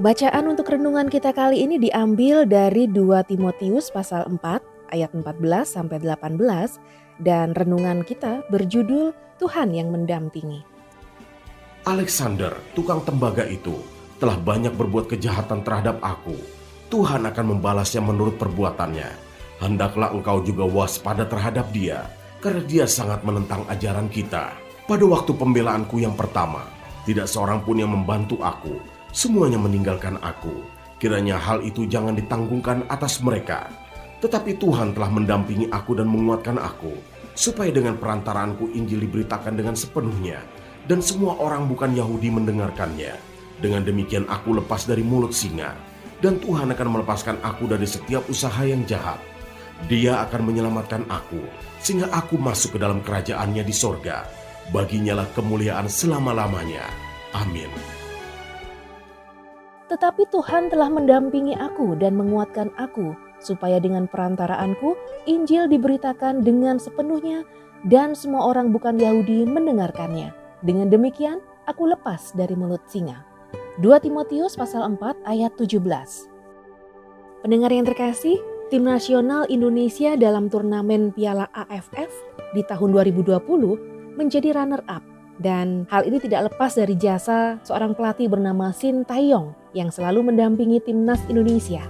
Bacaan untuk renungan kita kali ini diambil dari 2 Timotius pasal 4 ayat 14 sampai 18 dan renungan kita berjudul Tuhan yang mendampingi. Alexander, tukang tembaga itu, telah banyak berbuat kejahatan terhadap aku. Tuhan akan membalasnya menurut perbuatannya. Hendaklah engkau juga waspada terhadap dia, karena dia sangat menentang ajaran kita. Pada waktu pembelaanku yang pertama, tidak seorang pun yang membantu aku. Semuanya meninggalkan aku. Kiranya hal itu jangan ditanggungkan atas mereka. Tetapi Tuhan telah mendampingi aku dan menguatkan aku, supaya dengan perantaraanku Injil diberitakan dengan sepenuhnya, dan semua orang bukan Yahudi mendengarkannya. Dengan demikian aku lepas dari mulut singa, dan Tuhan akan melepaskan aku dari setiap usaha yang jahat. Dia akan menyelamatkan aku, sehingga aku masuk ke dalam kerajaannya di sorga. Baginya lah kemuliaan selama-lamanya. Amin. Tetapi Tuhan telah mendampingi aku dan menguatkan aku, supaya dengan perantaraanku Injil diberitakan dengan sepenuhnya dan semua orang bukan Yahudi mendengarkannya. Dengan demikian aku lepas dari mulut singa. 2 Timotius pasal 4 ayat 17. Pendengar yang terkasih, tim nasional Indonesia dalam turnamen Piala AFF di tahun 2020 menjadi runner-up. Dan hal ini tidak lepas dari jasa seorang pelatih bernama Sintayong yang selalu mendampingi timnas Indonesia.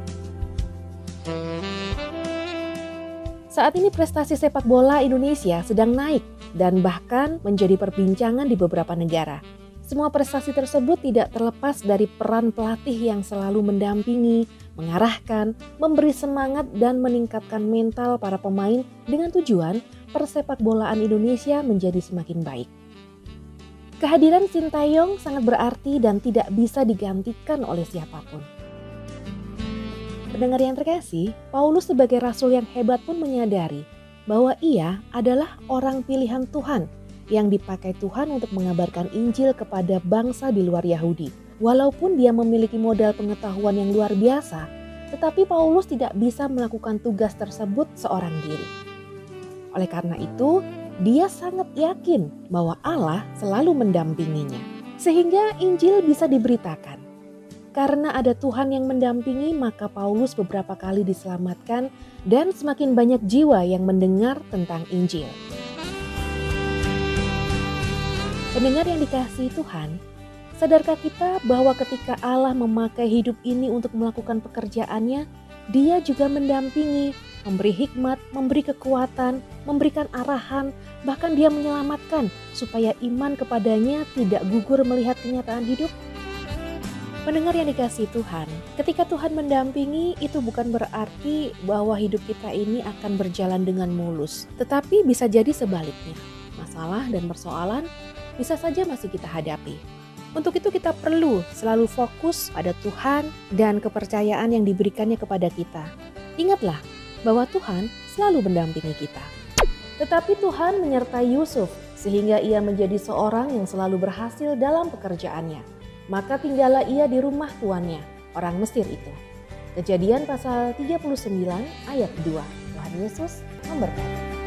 Saat ini prestasi sepak bola Indonesia sedang naik dan bahkan menjadi perbincangan di beberapa negara. Semua prestasi tersebut tidak terlepas dari peran pelatih yang selalu mendampingi, mengarahkan, memberi semangat dan meningkatkan mental para pemain dengan tujuan persepak bolaan Indonesia menjadi semakin baik. Kehadiran Sintayong sangat berarti dan tidak bisa digantikan oleh siapapun. Pendengar yang terkasih, Paulus sebagai rasul yang hebat pun menyadari bahwa ia adalah orang pilihan Tuhan yang dipakai Tuhan untuk mengabarkan Injil kepada bangsa di luar Yahudi. Walaupun dia memiliki modal pengetahuan yang luar biasa, tetapi Paulus tidak bisa melakukan tugas tersebut seorang diri. Oleh karena itu, dia sangat yakin bahwa Allah selalu mendampinginya, sehingga Injil bisa diberitakan. Karena ada Tuhan yang mendampingi, maka Paulus beberapa kali diselamatkan dan semakin banyak jiwa yang mendengar tentang Injil. Pendengar yang dikasihi Tuhan, sadarkah kita bahwa ketika Allah memakai hidup ini untuk melakukan pekerjaannya, Dia juga mendampingi, memberi hikmat, memberi kekuatan, memberikan arahan, bahkan Dia menyelamatkan supaya iman kepadanya tidak gugur melihat kenyataan hidup? Pendengar yang dikasihi Tuhan, ketika Tuhan mendampingi itu bukan berarti bahwa hidup kita ini akan berjalan dengan mulus, tetapi bisa jadi sebaliknya. Masalah dan persoalan bisa saja masih kita hadapi. Untuk itu kita perlu selalu fokus pada Tuhan dan kepercayaan yang diberikannya kepada kita. Ingatlah bahwa Tuhan selalu mendampingi kita. Tetapi Tuhan menyertai Yusuf sehingga ia menjadi seorang yang selalu berhasil dalam pekerjaannya. Maka tinggallah ia di rumah tuannya, orang Mesir itu. Kejadian pasal 39 ayat 2. Tuhan Yesus memberkati.